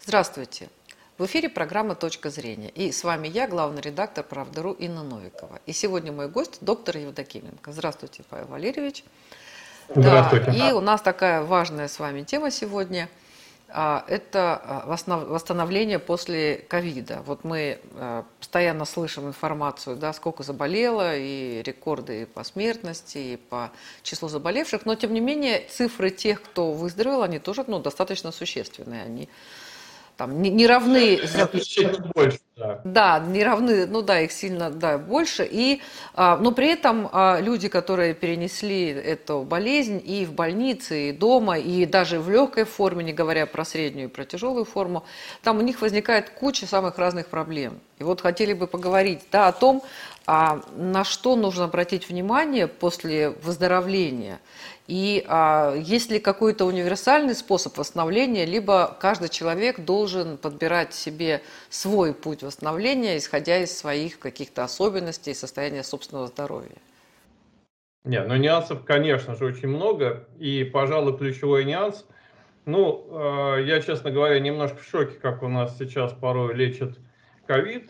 Здравствуйте! В эфире программа «Точка зрения». И с вами я, главный редактор «Правды.ру» Инна Новикова. И сегодня мой гость – доктор Евдокименко. Здравствуйте, Павел Валерьевич. Да, Здравствуйте. и у нас такая важная с вами тема сегодня – это восстановление после ковида. Вот мы постоянно слышим информацию, да, сколько заболело, и рекорды и по смертности, и по числу заболевших, но тем не менее цифры тех, кто выздоровел, они тоже достаточно существенные. Они там не равны. Значительно больше, да. Да, не равны, их сильно, больше. Но при этом люди, которые перенесли эту болезнь и в больнице, и дома, и даже в легкой форме, не говоря про среднюю и про тяжелую форму, там у них возникает куча самых разных проблем. И вот хотели бы поговорить, о том, на что нужно обратить внимание после выздоровления. И есть ли какой-то универсальный способ восстановления, либо каждый человек должен подбирать себе свой путь восстановления, исходя из своих каких-то особенностей и состояния собственного здоровья? Нет, нюансов, конечно же, очень много. И, пожалуй, ключевой нюанс. Я, честно говоря, немножко в шоке, как у нас сейчас порой лечат ковид,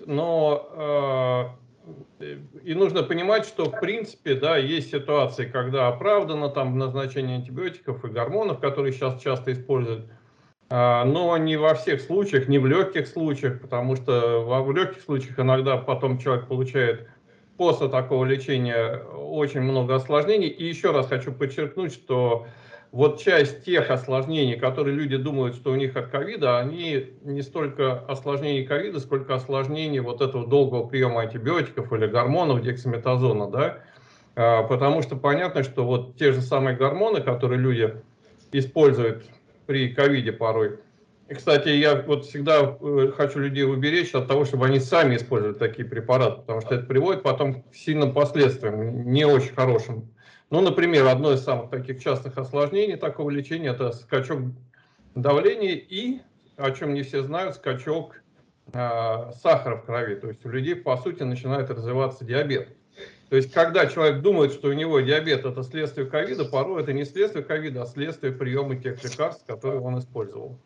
но и нужно понимать, что, в принципе, да, есть ситуации, когда оправдано там назначение антибиотиков и гормонов, которые сейчас часто используют, но не во всех случаях, не в легких случаях, потому что в легких случаях иногда потом человек получает после такого лечения очень много осложнений. И еще раз хочу подчеркнуть, что вот часть тех осложнений, которые люди думают, что у них от ковида, они не столько осложнений ковида, сколько осложнений вот этого долгого приема антибиотиков или гормонов, дексаметазона, да, потому что понятно, что вот те же самые гормоны, которые люди используют при ковиде порой. И, кстати, я вот всегда хочу людей уберечь от того, чтобы они сами использовали такие препараты, потому что это приводит потом к сильным последствиям, не очень хорошим. Например, одно из самых таких частых осложнений такого лечения – это скачок давления и, о чем не все знают, скачок сахара в крови. То есть у людей, по сути, начинает развиваться диабет. То есть, когда человек думает, что у него диабет – это следствие ковида, порой это не следствие ковида, а следствие приема тех лекарств, которые он использовал.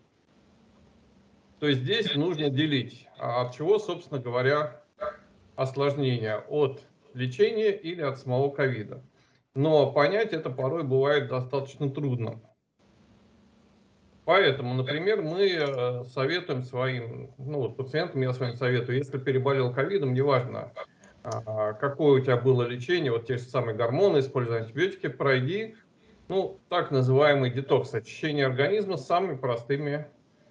То есть, здесь нужно делить, от чего, собственно говоря, осложнения – от лечения или от самого ковида. Но понять это порой бывает достаточно трудно. Поэтому, например, мы советуем своим пациентам, я с вами советую, если переболел ковидом, неважно, какое у тебя было лечение, вот те же самые гормоны, используя антибиотики, пройди, так называемый детокс, очищение организма самыми простыми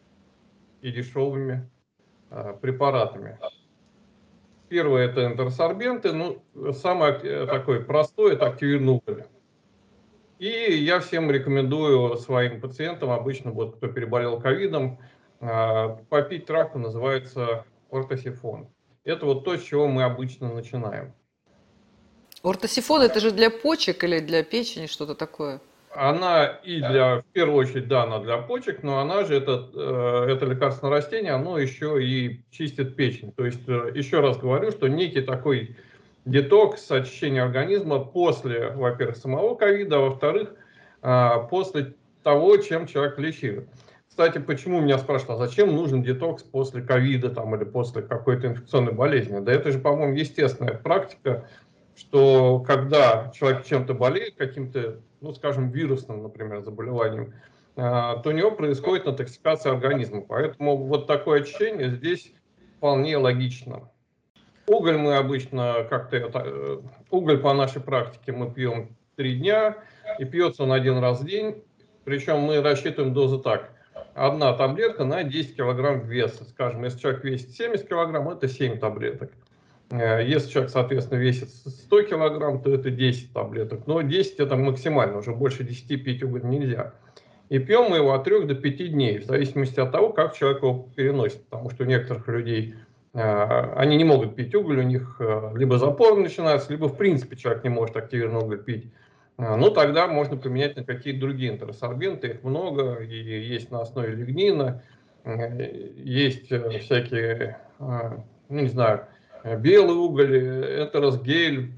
и дешевыми препаратами. Первое – это энтеросорбенты, самое такое простое – это активированный уголь. И я всем рекомендую своим пациентам, обычно вот кто переболел ковидом, попить травку, называется ортосифон. Это вот то, с чего мы обычно начинаем. Ортосифон – это же для почек или для печени, что-то такое? Она и в первую очередь, да, она для почек, но она же, это лекарственное растение, оно еще и чистит печень. То есть, еще раз говорю, что некий такой детокс, очищение организма после, во-первых, самого ковида, а во-вторых, после того, чем человек лечили. Кстати, почему меня спрашивают, зачем нужен детокс после ковида там, или после какой-то инфекционной болезни? Да это же, по-моему, естественная практика, что когда человек чем-то болеет, каким-то, скажем, вирусным, например, заболеванием, то у него происходит интоксикация организма. Поэтому вот такое очищение здесь вполне логично. Уголь мы обычно уголь по нашей практике мы пьем 3 дня, и пьется он 1 раз в день. Причем мы рассчитываем дозу так. 1 таблетка на 10 килограмм веса. Скажем, если человек весит 70 килограмм, это 7 таблеток. Если человек, соответственно, весит 100 килограмм, то это 10 таблеток. Но 10 это максимально, уже больше 10 пить уголь нельзя. И пьем мы его от 3 до 5 дней, в зависимости от того, как человек его переносит. Потому что у некоторых людей они не могут пить уголь, у них либо запор начинается, либо в принципе человек не может активированный уголь пить. Тогда можно поменять на какие-то другие энтеросорбенты, их много, и есть на основе лигнина, есть всякие, не знаю, белый уголь, энтеросгель,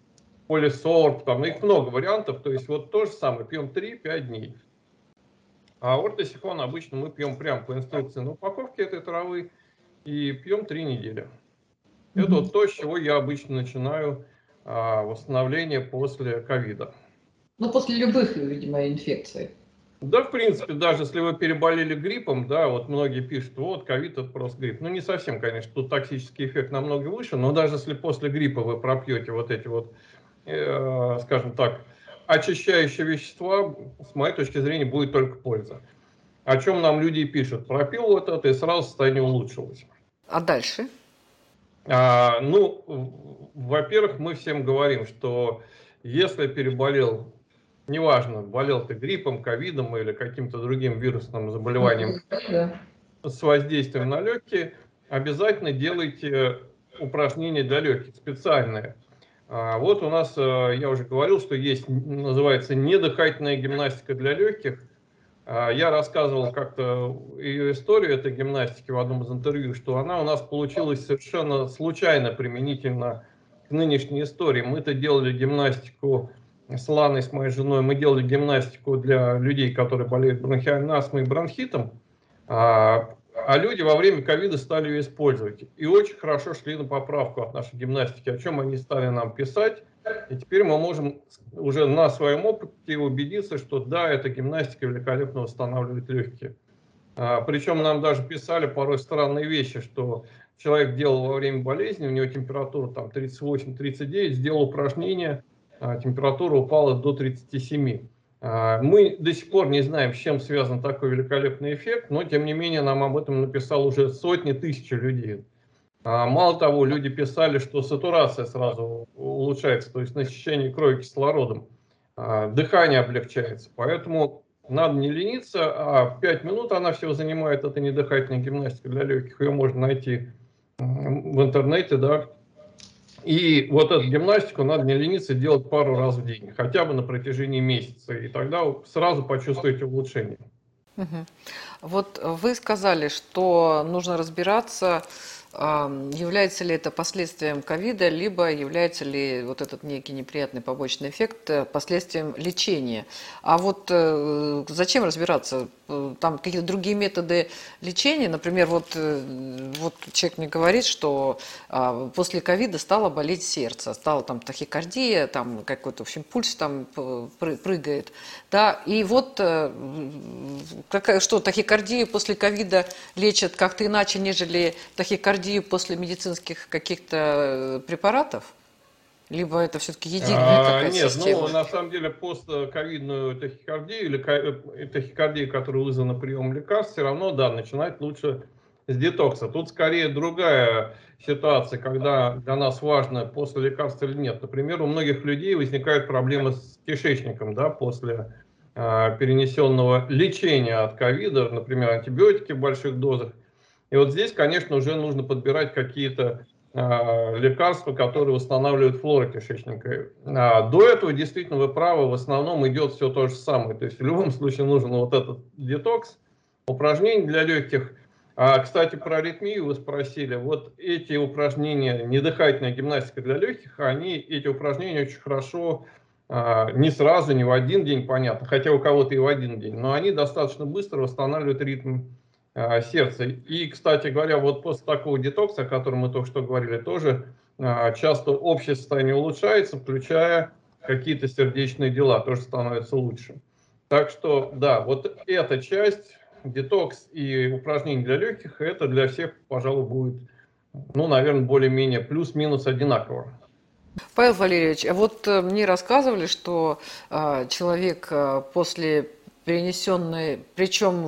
полисорб, там их много вариантов, то есть вот то же самое, пьем 3-5 дней. А ортосихон обычно мы пьем прямо по инструкции на упаковке этой травы и пьем 3 недели. Это вот то, с чего я обычно начинаю восстановление после ковида. Ну, после любых, видимо, инфекций. Да, в принципе, даже если вы переболели гриппом, да, вот многие пишут, вот, ковид это просто грипп. Ну, не совсем, конечно, тут токсический эффект намного выше, но даже если после гриппа вы пропьете вот эти вот, скажем так, очищающие вещества, с моей точки зрения, будет только польза. О чем нам люди пишут. Пропил вот это, и сразу состояние улучшилось. А дальше? Ну, во-первых, мы всем говорим, что если переболел, неважно, болел ты гриппом, ковидом или каким-то другим вирусным заболеванием с воздействием на легкие, обязательно делайте упражнения для легких, специальные. Вот у нас, я уже говорил, что есть, называется, недыхательная гимнастика для легких. Я рассказывал как-то ее историю этой гимнастики в одном из интервью, что она у нас получилась совершенно случайно применительно к нынешней истории. Мы-то делали гимнастику с Ланой, с моей женой, мы делали гимнастику для людей, которые болеют бронхиальной астмой и бронхитом, а люди во время ковида стали ее использовать. И очень хорошо шли на поправку от нашей гимнастики, о чем они стали нам писать. И теперь мы можем уже на своем опыте убедиться, что да, эта гимнастика великолепно восстанавливает легкие. Причем нам даже писали порой странные вещи, что человек делал во время болезни, у него температура там 38-39, сделал упражнение, температура упала до 37. Мы до сих пор не знаем, с чем связан такой великолепный эффект, но тем не менее нам об этом написал уже сотни тысяч людей. Мало того, люди писали, что сатурация сразу улучшается, то есть насыщение крови кислородом, дыхание облегчается. Поэтому надо не лениться, а 5 минут она всего занимает, это не дыхательная гимнастика для легких, ее можно найти в интернете, да. И вот эту гимнастику надо не лениться делать пару раз в день, хотя бы на протяжении месяца, и тогда сразу почувствуете улучшение. Вот вы сказали, что нужно разбираться, является ли это последствием ковида, либо является ли вот этот некий неприятный побочный эффект последствием лечения. А вот зачем разбираться? Там какие-то другие методы лечения, например, вот человек мне говорит, что после ковида стало болеть сердце, стала там тахикардия, там какой-то, в общем, пульс там прыгает, да, и вот что тахикардию после ковида лечат как-то иначе, нежели тахикардию после медицинских каких-то препаратов? Либо это все-таки единая какая-то система? Нет, на самом деле постковидную тахикардию или тахикардию, которая вызвана приемом лекарств, все равно, да, начинать лучше с детокса. Тут скорее другая ситуация, когда для нас важно, после лекарства или нет. Например, у многих людей возникают проблемы с кишечником, да, после перенесенного лечения от ковида, например, антибиотики в больших дозах. И вот здесь, конечно, уже нужно подбирать какие-то лекарства, которые восстанавливают флору кишечника. До этого, действительно, вы правы, в основном идет все то же самое. То есть в любом случае нужен вот этот детокс, упражнения для легких. Кстати, про аритмию вы спросили. Вот эти упражнения, недыхательная гимнастика для легких, эти упражнения очень хорошо, не сразу, не в один день, понятно, хотя у кого-то и в один день, но они достаточно быстро восстанавливают ритм сердца. И, кстати говоря, вот после такого детокса, о котором мы только что говорили, тоже часто общее состояние улучшается, включая какие-то сердечные дела, тоже становится лучше. Так что, да, вот эта часть, детокс и упражнения для легких, это для всех, пожалуй, будет, ну, наверное, более-менее плюс-минус одинаково. Павел Валерьевич, а вот мне рассказывали, что человек после перенесенной, причем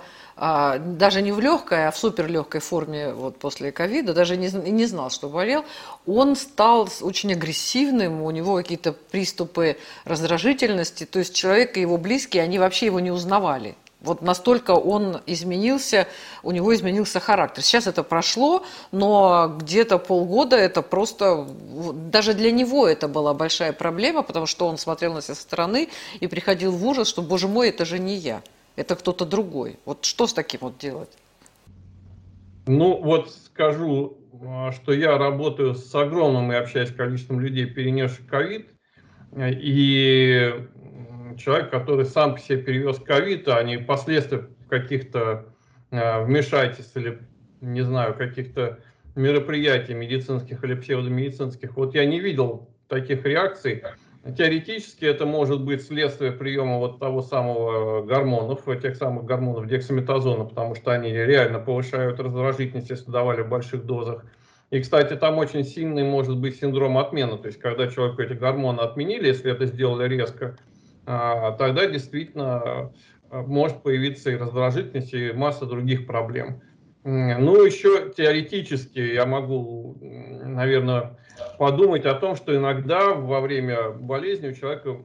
даже не в легкой, а в суперлегкой форме вот после ковида, даже не знал, что болел, он стал очень агрессивным, у него какие-то приступы раздражительности, то есть человек и его близкие, они вообще его не узнавали. Вот настолько он изменился, у него изменился характер. Сейчас это прошло, но где-то полгода это просто, даже для него это была большая проблема, потому что он смотрел на себя со стороны и приходил в ужас, что, боже мой, это же не я, это кто-то другой. Вот что с таким вот делать? Ну, вот скажу, что я работаю с огромным и общаюсь с количеством людей, перенесших ковид, и человек, который сам по себе перевез ковид, а не последствия каких-то вмешательств или, не знаю, каких-то мероприятий медицинских или псевдомедицинских. Вот я не видел таких реакций. Теоретически это может быть следствие приема вот того самого гормонов, тех самых гормонов дексаметазона, потому что они реально повышают раздражительность, если давали в больших дозах. И, кстати, там очень сильный может быть синдром отмены, то есть когда человеку эти гормоны отменили, если это сделали резко, тогда действительно может появиться и раздражительность, и масса других проблем. Ну, еще теоретически я могу, наверное, подумать о том, что иногда во время болезни у человека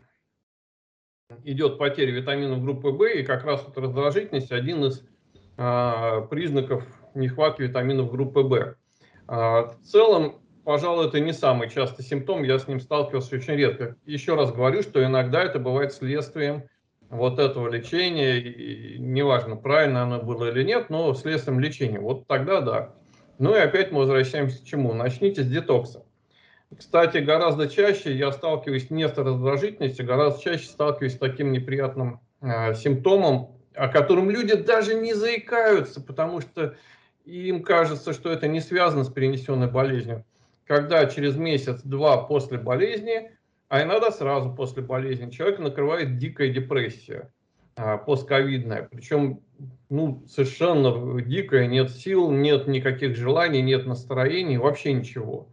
идет потеря витаминов группы В, и как раз вот раздражительность один из признаков нехватки витаминов группы В. В целом, пожалуй, это не самый частый симптом, я с ним сталкивался очень редко. Еще раз говорю, что иногда это бывает следствием вот этого лечения, и неважно, правильно оно было или нет, но следствием лечения. Вот тогда да. Ну и опять мы возвращаемся к чему? Начните с детокса. Кстати, гораздо чаще я сталкиваюсь не с раздражительностью, гораздо чаще сталкиваюсь с таким неприятным симптомом, о котором люди даже не заикаются, потому что им кажется, что это не связано с перенесенной болезнью. Когда через месяц-два после болезни, а иногда сразу после болезни, человека накрывает дикая депрессия постковидная. Причем совершенно дикая, нет сил, нет никаких желаний, нет настроений, вообще ничего.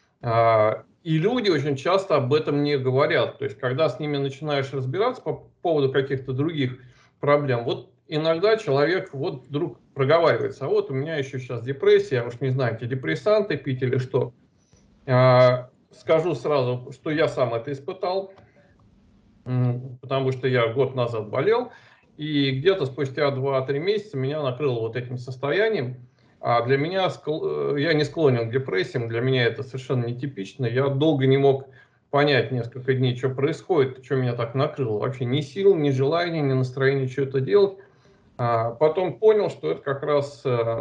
И люди очень часто об этом не говорят. То есть, когда с ними начинаешь разбираться по поводу каких-то других проблем, вот иногда человек вот вдруг проговаривается, а вот у меня еще сейчас депрессия, я уж не знаю, антидепрессанты пить или что. Скажу сразу, что я сам это испытал, потому что я год назад болел, и где-то спустя 2-3 месяца меня накрыло вот этим состоянием. А для меня, я не склонен к депрессиям, для меня это совершенно нетипично. Я долго не мог понять несколько дней, что происходит, что меня так накрыло. Вообще ни сил, ни желания, ни настроения что-то делать. Потом понял, что это как раз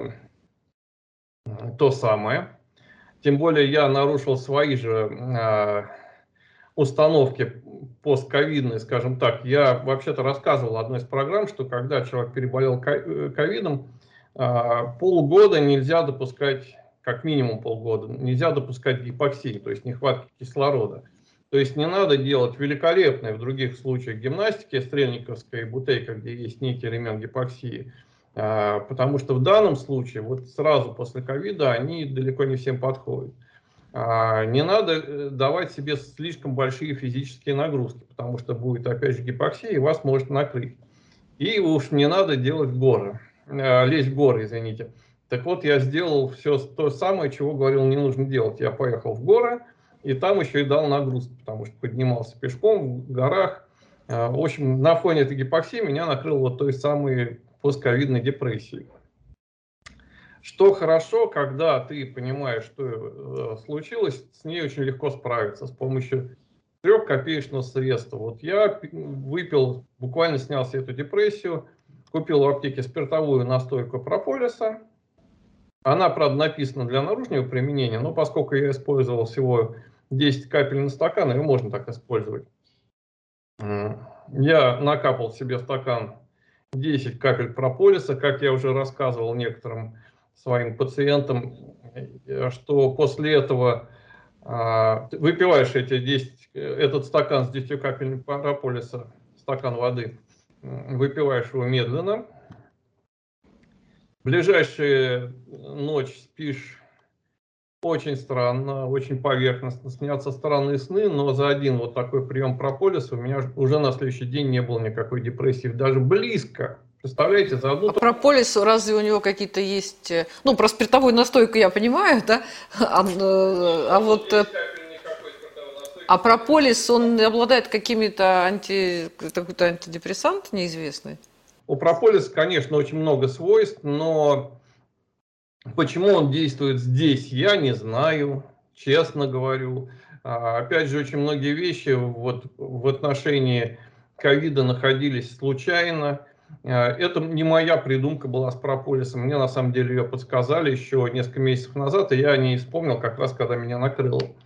то самое. Тем более я нарушил свои же установки постковидные, скажем так. Я вообще-то рассказывал в одной из программ, что когда человек переболел ковидом, полгода нельзя допускать, как минимум полгода, нельзя допускать гипоксии, то есть нехватки кислорода. То есть не надо делать великолепной в других случаях гимнастики, стрельниковской, бутейка, где есть некий элемент гипоксии, потому что в данном случае, вот сразу после ковида, они далеко не всем подходят. Не надо давать себе слишком большие физические нагрузки, потому что будет опять же гипоксия и вас может накрыть. И уж не надо делать горы. Лезть в горы, извините. Так вот, я сделал все то самое, чего говорил не нужно делать. Я поехал в горы, и там еще и дал нагрузку, потому что поднимался пешком в горах. В общем, на фоне этой гипоксии меня накрыло вот той самой постковидной депрессией. Что хорошо, когда ты понимаешь, что случилось, с ней очень легко справиться с помощью 3 копеечного средства. Вот я выпил, буквально снял себе эту депрессию, купил в аптеке спиртовую настойку прополиса. Она, правда, написана для наружного применения, но поскольку я использовал всего 10 капель на стакан, ее можно так использовать. Я накапал себе в стакан 10 капель прополиса, как я уже рассказывал некоторым своим пациентам, что после этого выпиваешь этот стакан с 10 капель прополиса, стакан воды, выпиваешь его медленно. Ближайшую ночь спишь очень странно, очень поверхностно, снятся странные сны, но за один вот такой прием прополиса у меня уже на следующий день не было никакой депрессии, даже близко. Представляете, за одну... А прополис, разве у него какие-то есть... Ну, про спиртовую настойку я понимаю, да? Вот... А прополис, он обладает какими-то какой-то антидепрессант неизвестный? У прополиса, конечно, очень много свойств, но почему он действует здесь, я не знаю, честно говорю. Опять же, очень многие вещи вот в отношении ковида находились случайно. Это не моя придумка была с прополисом. Мне на самом деле ее подсказали еще несколько месяцев назад, и я не вспомнил как раз, когда меня накрыло.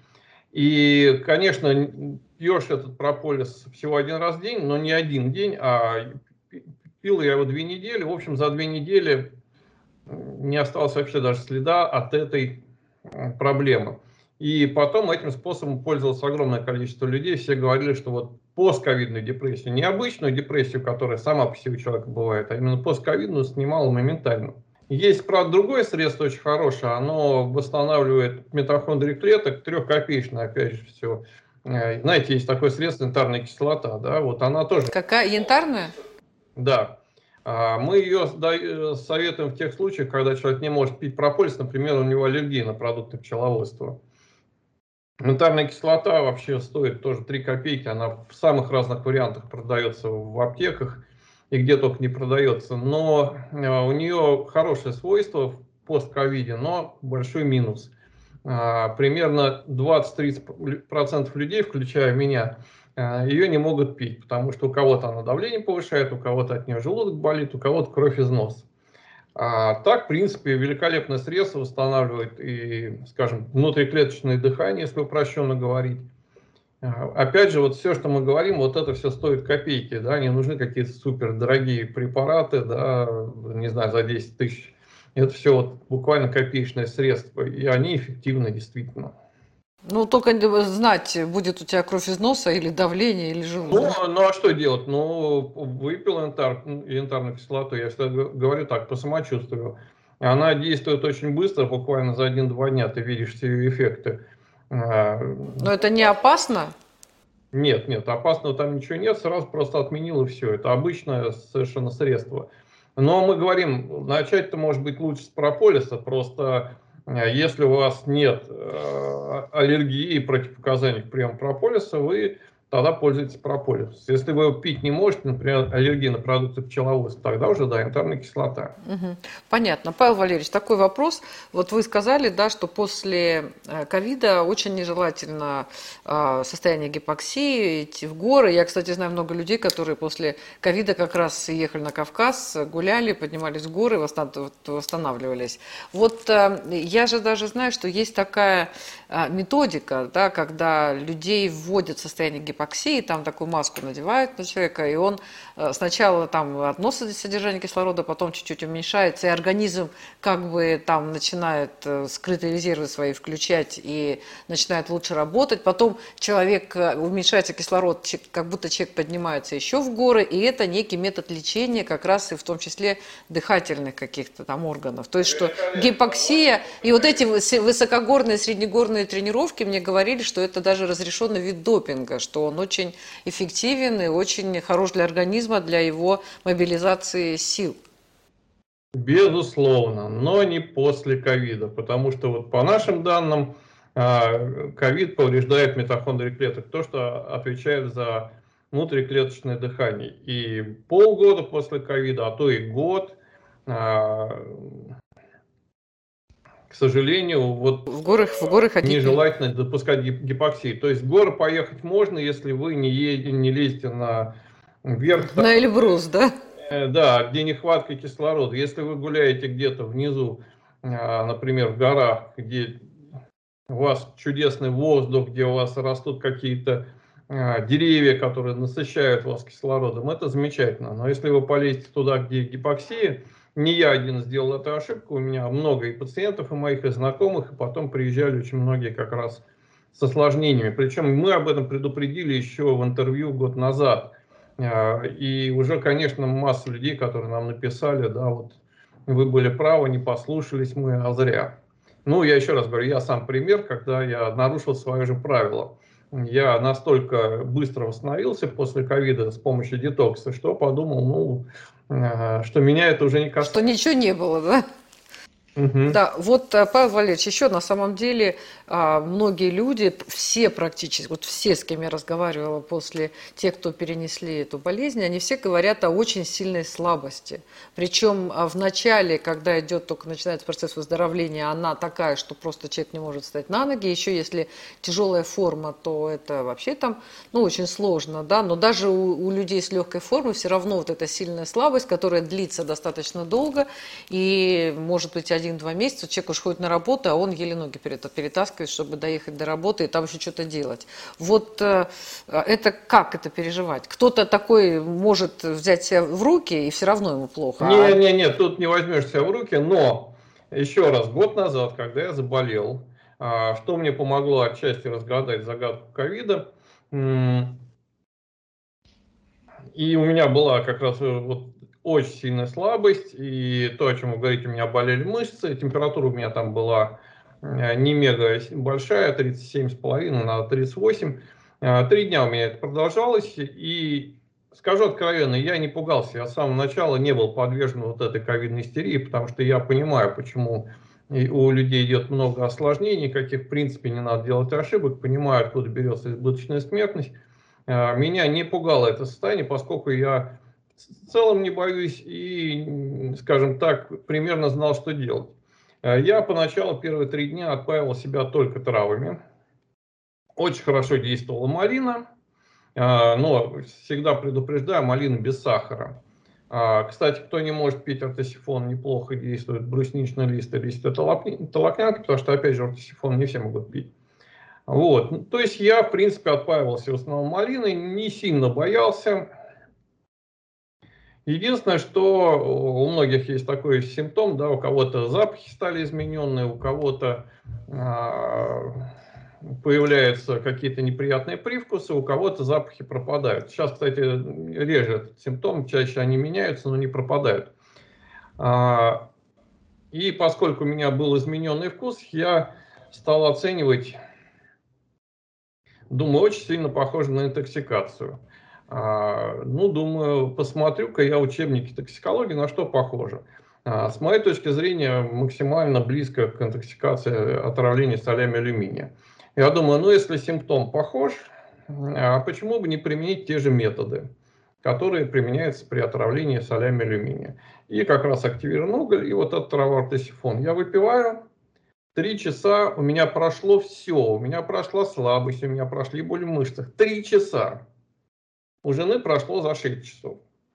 И, конечно, пьешь этот прополис всего один раз в день, но не один день, а пил я его 2 недели. В общем, за 2 недели не осталось вообще даже следа от этой проблемы. И потом этим способом пользовалось огромное количество людей. Все говорили, что вот постковидную депрессию, не обычную депрессию, которая сама по себе у человека бывает, а именно постковидную снимала моментально. Есть, правда, другое средство очень хорошее. Оно восстанавливает митохондрии клеток, 3-копеечное, опять же, все. Знаете, есть такое средство, янтарная кислота, да, вот она тоже. Какая? Янтарная? Да. Мы ее советуем в тех случаях, когда человек не может пить прополис, например, у него аллергия на продукты пчеловодства. Янтарная кислота вообще стоит тоже 3 копейки, она в самых разных вариантах продается в аптеках и где только не продается, но у нее хорошее свойство в постковиде, но большой минус. Примерно 20-30% людей, включая меня, ее не могут пить, потому что у кого-то она давление повышает, у кого-то от нее желудок болит, у кого-то кровь из носа. Так, в принципе, великолепное средство восстанавливает и, скажем, внутриклеточное дыхание, если упрощенно говорить. Опять же, вот все, что мы говорим, вот это все стоит копейки, да, не нужны какие-то супер дорогие препараты, да, не знаю, за 10 тысяч. Это все вот буквально копеечное средство, и они эффективны действительно. Ну, только знать, будет у тебя кровь из носа или давление, или желудок. Ну а что делать? Ну, выпил янтарную кислоту, я всегда говорю так, по самочувствию. Она действует очень быстро, буквально за 1-2 дня ты видишь все ее эффекты. Но это не опасно? Нет, опасного там ничего нет, сразу просто отменил и все. Это обычное совершенно средство. Но мы говорим, начать-то может быть лучше с прополиса, просто если у вас нет аллергии и противопоказаний к приему прополиса, вы тогда пользуйтесь прополисом. Если вы его пить не можете, например, аллергия на продукты пчеловодства, тогда уже, да, янтарная кислота. Угу. Понятно. Павел Валерьевич, такой вопрос. Вот вы сказали, да, что после ковида очень нежелательно состояние гипоксии, идти в горы. Я, кстати, знаю много людей, которые после ковида как раз ехали на Кавказ, гуляли, поднимались в горы, восстанавливались. Вот я же даже знаю, что есть такая методика, да, когда людей вводят в состояние гипоксии, там такую маску надевают на человека, и он сначала там относит содержание кислорода, потом чуть-чуть уменьшается, и организм как бы там начинает скрытые резервы свои включать и начинает лучше работать. Потом человек, уменьшается кислород, как будто человек поднимается еще в горы, и это некий метод лечения как раз и в том числе дыхательных каких-то там органов. То есть, что гипоксия и вот эти высокогорные, среднегорные тренировки мне говорили, что это даже разрешенный вид допинга, что он очень эффективен и очень хорош для организма, для его мобилизации сил. Безусловно, но не после ковида, потому что вот по нашим данным ковид повреждает митохондрии клеток, то, что отвечает за внутриклеточное дыхание. И полгода после ковида, а то и год, к сожалению, вот в горы ходить нежелательно допускать гипоксии. То есть в горы поехать можно, если вы не лезете вверх. На Эльбрус, да? Да, где нехватка кислорода. Если вы гуляете где-то внизу, например, в горах, где у вас чудесный воздух, где у вас растут какие-то деревья, которые насыщают вас кислородом, это замечательно. Но если вы полезете туда, где гипоксия, не я один сделал эту ошибку, у меня много и пациентов, и моих, и знакомых, и потом приезжали очень многие как раз с осложнениями. Причем мы об этом предупредили еще в интервью год назад. И уже, конечно, масса людей, которые нам написали, да, вот вы были правы, не послушались мы, а зря. Ну, я еще раз говорю, я сам пример, когда я нарушил свое же правило. Я настолько быстро восстановился после ковида с помощью детокса, что подумал, что меня это уже не касается. Что ничего не было, да? Угу. Да, вот, Павел Валерьевич, еще на самом деле многие люди, все практически, вот все, с кем я разговаривала после тех, кто перенесли эту болезнь, они все говорят о очень сильной слабости. Причем в начале, когда идет только начинается процесс выздоровления, она такая, что просто человек не может встать на ноги. Еще если тяжелая форма, то это вообще там, очень сложно, да. Но даже у людей с легкой формой все равно вот эта сильная слабость, которая длится достаточно долго и может быть 1 1-2 месяца, человек уж ходит на работу, а он еле ноги перетаскивает, чтобы доехать до работы и там еще что-то делать. Вот это как это переживать? Кто-то такой может взять себя в руки, и все равно ему плохо. Не, тут не возьмешь себя в руки, но еще раз, год назад, когда я заболел, что мне помогло отчасти разгадать загадку ковида, и у меня была как раз вот очень сильная слабость, и то, о чем вы говорите, у меня болели мышцы, температура у меня там была не мега большая, 37,5 на 38. 3 дня у меня это продолжалось, и скажу откровенно, я не пугался, я с самого начала не был подвержен вот этой ковидной истерии, потому что я понимаю, почему у людей идет много осложнений, каких в принципе не надо делать ошибок, понимаю, откуда берется избыточная смертность. Меня не пугало это состояние, поскольку я в целом не боюсь и, скажем так, примерно знал, что делать. Я поначалу первые 3 дня отпаивал себя только травами. Очень хорошо действовала малина, но всегда предупреждаю, малина без сахара. Кстати, кто не может пить ортосифон, неплохо действует брусничный лист или толокнянка, потому что, опять же, ортосифон не все могут пить. Вот. То есть я, в принципе, отпаивался в основном малиной, не сильно боялся. Единственное, что у многих есть такой симптом, да, у кого-то запахи стали измененные, у кого-то появляются какие-то неприятные привкусы, у кого-то запахи пропадают. Сейчас, кстати, реже этот симптом, чаще они меняются, но не пропадают. И поскольку у меня был измененный вкус, я стал оценивать, думаю, очень сильно похоже на интоксикацию. Думаю, посмотрю-ка я учебники токсикологии, на что похоже. С моей точки зрения, максимально близко к интоксикации отравления солями алюминия. Я думаю, если симптом похож, почему бы не применить те же методы, которые применяются при отравлении солями алюминия. И как раз активированный уголь, и вот этот ортосифон. Я выпиваю, 3 часа у меня прошло все, у меня прошла слабость, у меня прошли боли в мышцах. 3 часа. У жены прошло за 6 часов.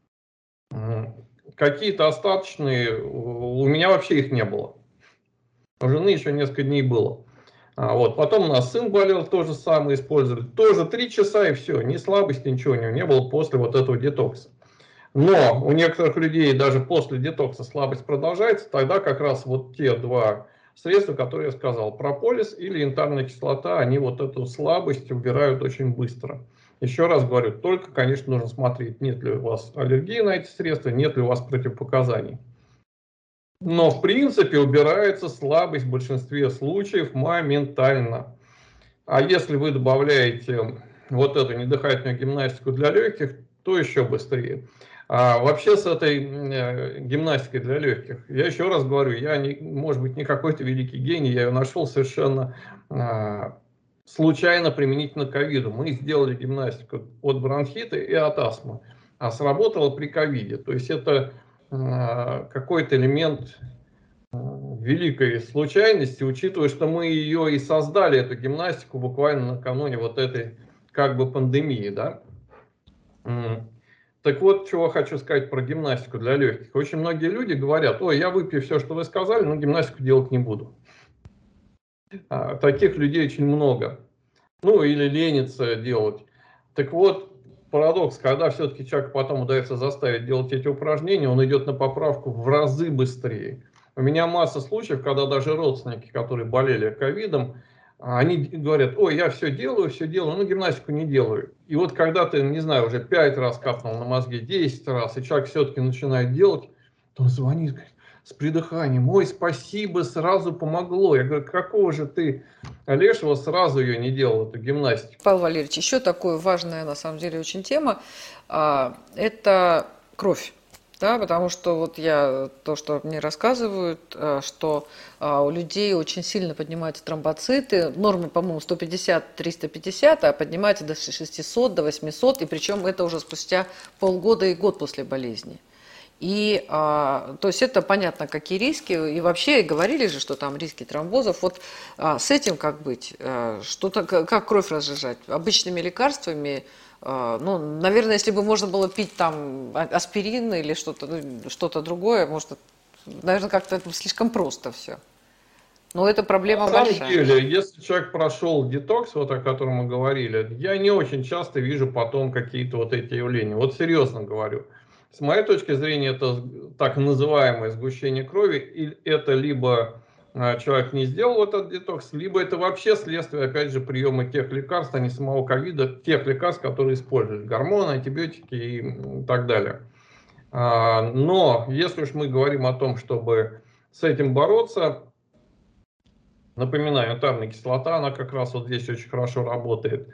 Какие-то остаточные, у меня вообще их не было. У жены еще несколько дней было. Потом у нас сын болел, то же самое использовали. Тоже 3 часа и все, ни слабости, ничего не было после вот этого детокса. Но у некоторых людей даже после детокса слабость продолжается, тогда как раз вот те 2 средства, которые я сказал, прополис или янтарная кислота, они вот эту слабость убирают очень быстро. Еще раз говорю, только, конечно, нужно смотреть, нет ли у вас аллергии на эти средства, нет ли у вас противопоказаний. Но, в принципе, убирается слабость в большинстве случаев моментально. А если вы добавляете вот эту недыхательную гимнастику для легких, то еще быстрее. Вообще с этой гимнастикой для легких, я еще раз говорю, я, может быть, не какой-то великий гений, я ее нашел совершенно случайно применительно к ковиду. Мы сделали гимнастику от бронхита и от астмы, а сработало при ковиде. То есть это какой-то элемент великой случайности, учитывая, что мы ее и создали, эту гимнастику, буквально накануне вот этой как бы пандемии, да. Так вот, чего хочу сказать про гимнастику для легких. Очень многие люди говорят, ой, я выпью все, что вы сказали, но гимнастику делать не буду. Таких людей очень много. Или ленится делать. Так вот, парадокс, когда все-таки человек потом удается заставить делать эти упражнения, он идет на поправку в разы быстрее. У меня масса случаев, когда даже родственники, которые болели ковидом, они говорят, ой, я все делаю, но гимнастику не делаю. И вот когда ты, не знаю, уже 5 раз капнул на мозги, 10 раз, и человек все-таки начинает делать, то он звонит, говорит, с придыханием, ой, спасибо, сразу помогло. Я говорю, какого же ты, лешего, сразу ее не делал, эту гимнастику? Павел Валерьевич, еще такая важная, на самом деле, очень тема, это кровь. Да, потому что вот то, что мне рассказывают, что у людей очень сильно поднимаются тромбоциты, норма, по-моему, 150-350, а поднимается до 600, до 800, и причем это уже спустя полгода и год после болезни. И, то есть это понятно, какие риски, и вообще говорили же, что там риски тромбозов. Вот с этим как быть? Как кровь разжижать? Обычными лекарствами? Наверное, если бы можно было пить там аспирин или что-то другое, может, наверное, как-то слишком просто все. Но это проблема На самом большая. деле, если человек прошел детокс, вот о котором мы говорили, я не очень часто вижу потом какие-то вот эти явления. Вот серьезно говорю. С моей точки зрения, это так называемое сгущение крови, и это либо человек не сделал этот детокс, либо это вообще следствие, опять же, приема тех лекарств, а не самого ковида, тех лекарств, которые используют, гормоны, антибиотики и так далее. Но если уж мы говорим о том, чтобы с этим бороться, напоминаю, тарная кислота, она как раз вот здесь очень хорошо работает.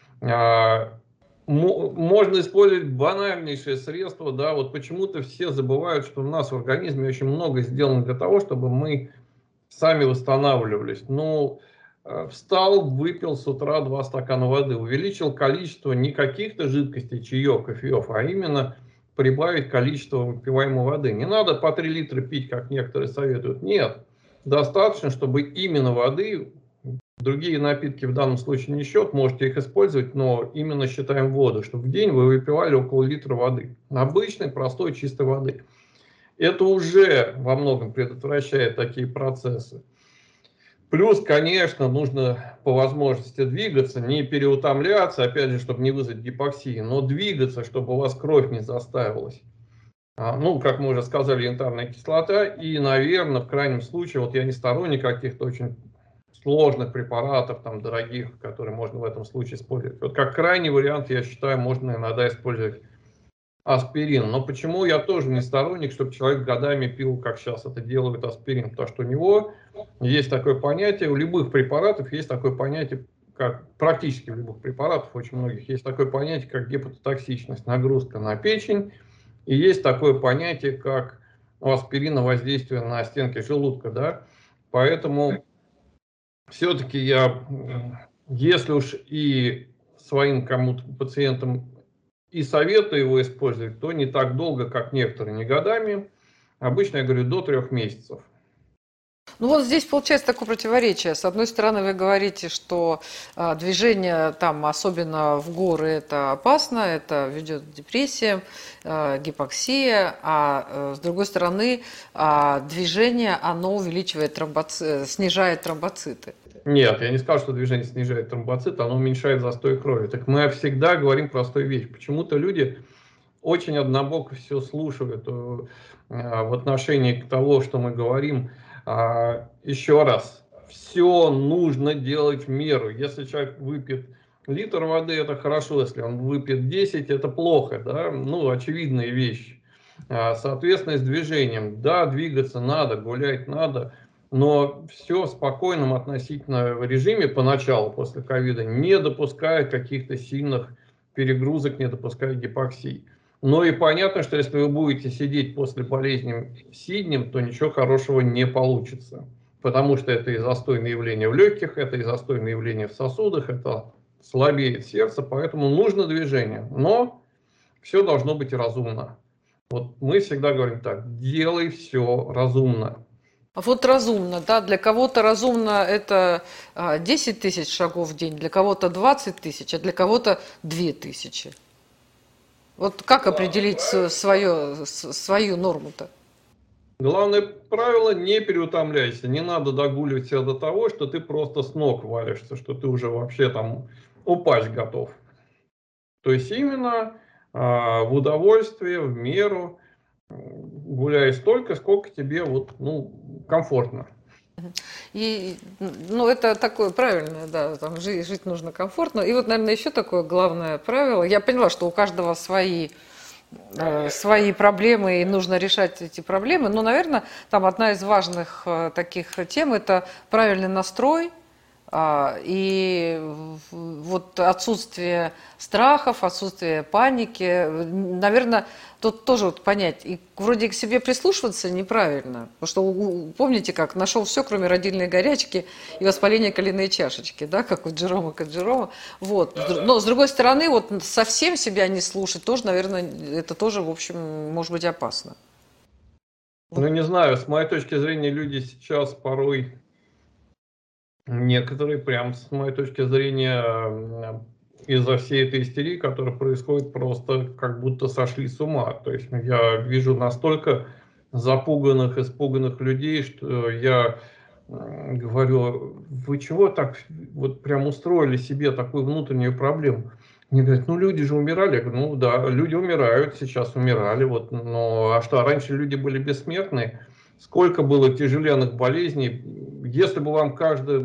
Можно использовать банальнейшие средства, да, вот почему-то все забывают, что у нас в организме очень много сделано для того, чтобы мы сами восстанавливались. Ну, встал, выпил с утра 2 стакана воды, увеличил количество не каких-то жидкостей, чаек, кофеев, а именно прибавить количество выпиваемой воды. Не надо по 3 литра пить, как некоторые советуют. Нет, достаточно, чтобы именно воды, другие напитки в данном случае не счет, можете их использовать, но именно считаем воду, чтобы в день вы выпивали около литра воды. Обычной, простой, чистой воды. Это уже во многом предотвращает такие процессы. Плюс, конечно, нужно по возможности двигаться, не переутомляться, опять же, чтобы не вызвать гипоксии, но двигаться, чтобы у вас кровь не застаивалась. Ну, как мы уже сказали, янтарная кислота и, наверное, в крайнем случае, вот я не сторонник каких-то очень сложных препаратов, там, дорогих, которые можно в этом случае использовать. Вот как крайний вариант, я считаю, можно иногда использовать аспирин. Но почему я тоже не сторонник, чтобы человек годами пил, как сейчас это делают, аспирин? Потому что у него есть такое понятие, у любых препаратов есть такое понятие, как практически у любых препаратов, очень многих, есть такое понятие, как гепатотоксичность, нагрузка на печень. И есть такое понятие, как у аспирина воздействие на стенки желудка. Да? Поэтому все-таки я, если уж и своим кому-то пациентам и советую его использовать, то не так долго, как некоторые, не годами. Обычно я говорю до 3 месяцев. Ну вот здесь получается такое противоречие. С одной стороны, вы говорите, что движение там, особенно в горы, это опасно, это ведет к депрессиям, гипоксия, а с другой стороны, движение, оно увеличивает снижает тромбоциты. Нет, я не сказал, что движение снижает тромбоциты, оно уменьшает застой крови. Так мы всегда говорим простую вещь. Почему-то люди очень однобоко все слушают в отношении того, что мы говорим. Еще раз, все нужно делать в меру. Если человек выпьет литр воды, это хорошо. Если он выпьет 10, это плохо. Да? Ну, очевидные вещи. Соответственно, с движением. Да, двигаться надо, гулять надо. Но все в спокойном относительно режиме поначалу, после ковида, не допуская каких-то сильных перегрузок, не допуская гипоксии. Но и понятно, что если вы будете сидеть после болезни сиднем, то ничего хорошего не получится. Потому что это и застойное явление в легких, это и застойное явление в сосудах, это слабеет сердце, поэтому нужно движение. Но все должно быть разумно. Вот мы всегда говорим так: делай все разумно. А вот разумно, да, для кого-то разумно это 10 тысяч шагов в день, для кого-то 20 тысяч, а для кого-то 2000. Вот как определить свою норму-то? Главное правило: не переутомляйся. Не надо догуливать себя до того, что ты просто с ног валишься, что ты уже вообще там упасть готов. То есть именно в удовольствие, в меру, гуляй столько, сколько тебе вот, ну, комфортно. И, ну, это такое правильное, да, там жить нужно комфортно. И вот, наверное, еще такое главное правило. Я поняла, что у каждого свои проблемы, и нужно решать эти проблемы. Но, наверное, там одна из важных таких тем – это правильный настрой. И вот отсутствие страхов, отсутствие паники, наверное, тут тоже вот понять, и вроде к себе прислушиваться неправильно, потому что помните, как нашел все, кроме родильной горячки и воспаления коленной чашечки, да, как у Джерома Каджерома. Вот. Но с другой стороны, вот совсем себя не слушать тоже, наверное, это тоже, в общем, может быть опасно. Ну, не знаю, с моей точки зрения, люди сейчас порой, некоторые, прям с моей точки зрения, из-за всей этой истерии, которая происходит, просто как будто сошли с ума. То есть я вижу настолько запуганных, испуганных людей, что я говорю, вы чего так вот прям устроили себе такую внутреннюю проблему? Мне говорят, ну люди же умирали. Я говорю, ну да, люди умирают, сейчас умирали, вот, но а что, раньше люди были бессмертны? Сколько было тяжеленных болезней? Если бы вам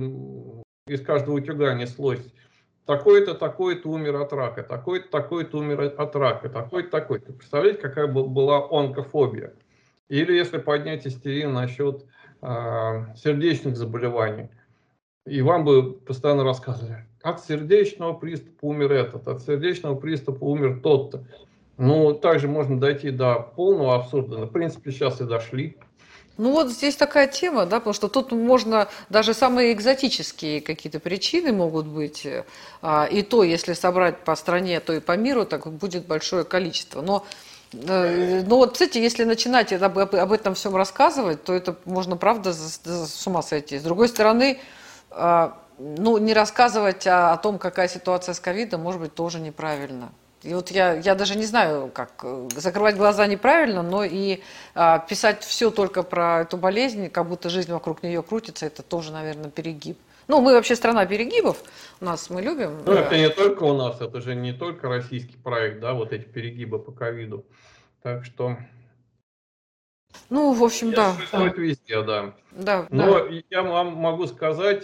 из каждого утюга неслось такой-то, такой-то умер от рака, такой-то, такой-то умер от рака, такой-то, такой-то. Представляете, какая была онкофобия? Или если поднять истерию насчет сердечных заболеваний, и вам бы постоянно рассказывали, от сердечного приступа умер этот, от сердечного приступа умер тот-то. Ну, также можно дойти до полного абсурда. В принципе, сейчас и дошли. Ну вот здесь такая тема, да, потому что тут можно, даже самые экзотические какие-то причины могут быть, и то, если собрать по стране, то и по миру, так будет большое количество. Но вот, кстати, если начинать об этом всем рассказывать, то это можно, правда, с ума сойти. С другой стороны, ну, не рассказывать о том, какая ситуация с ковидом, может быть, тоже неправильно. И вот я даже не знаю, как закрывать глаза неправильно, но и писать все только про эту болезнь, как будто жизнь вокруг нее крутится, это тоже, наверное, перегиб. Ну, мы вообще страна перегибов, мы любим. Ну, это не только у нас, это же не только российский проект, да, вот эти перегибы по ковиду. Так что... Ну, в общем, да. Существует везде, да. Да. Но я вам могу сказать,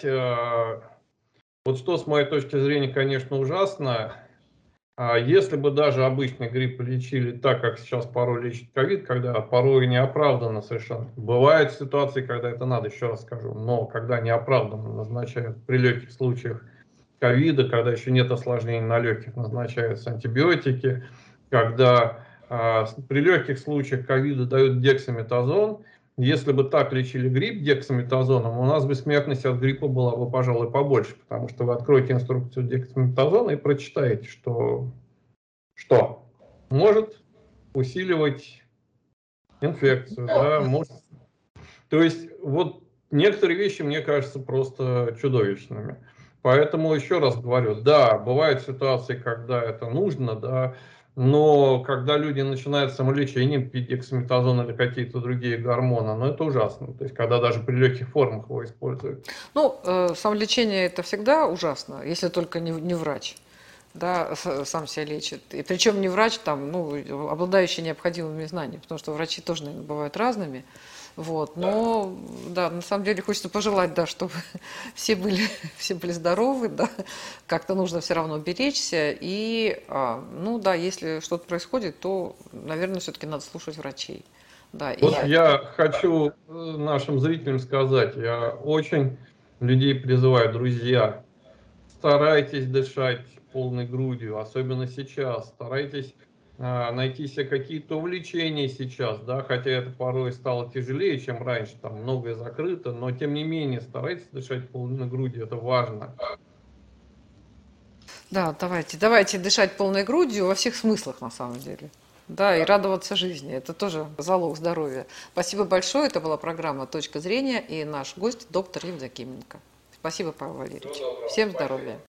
вот что с моей точки зрения, конечно, ужасно. Если бы даже обычный грипп лечили так, как сейчас порой лечит ковид, когда порой неоправданно совершенно. Бывают ситуации, когда это надо, еще раз скажу, но когда неоправданно назначают при легких случаях ковида, когда еще нет осложнений на легких, назначаются антибиотики, когда при легких случаях ковида дают дексаметазон. Если бы так лечили грипп дексаметазоном, у нас бы смертность от гриппа была бы, пожалуй, побольше, потому что вы откроете инструкцию дексаметазона и прочитаете, что может усиливать инфекцию, да, может. То есть вот некоторые вещи, мне кажутся просто чудовищными. Поэтому еще раз говорю, да, бывают ситуации, когда это нужно, да, но когда люди начинают самолечением пить дексаметазон или какие-то другие гормоны, ну это ужасно. То есть когда даже при легких формах его используют. Ну, самолечение это всегда ужасно, если только не врач. Да, сам себя лечит. И причем не врач, там, ну, обладающий необходимыми знаниями, потому что врачи тоже, наверное, бывают разными. Вот. Но, да, на самом деле хочется пожелать, да, чтобы все были здоровы, да, как-то нужно все равно беречься. И, ну да, если что-то происходит, то, наверное, все-таки надо слушать врачей. Да, вот я хочу нашим зрителям сказать, я очень людей призываю, друзья, старайтесь дышать полной грудью, особенно сейчас. Старайтесь найти себе какие-то увлечения сейчас, да, хотя это порой стало тяжелее, чем раньше, там многое закрыто, но тем не менее старайтесь дышать полной грудью, это важно. Да, давайте дышать полной грудью во всех смыслах на самом деле. Да, и радоваться жизни. Это тоже залог здоровья. Спасибо большое. Это была программа «Точка зрения» и наш гость доктор Евдокименко. Спасибо, Павел Валерьевич. Всем здоровья.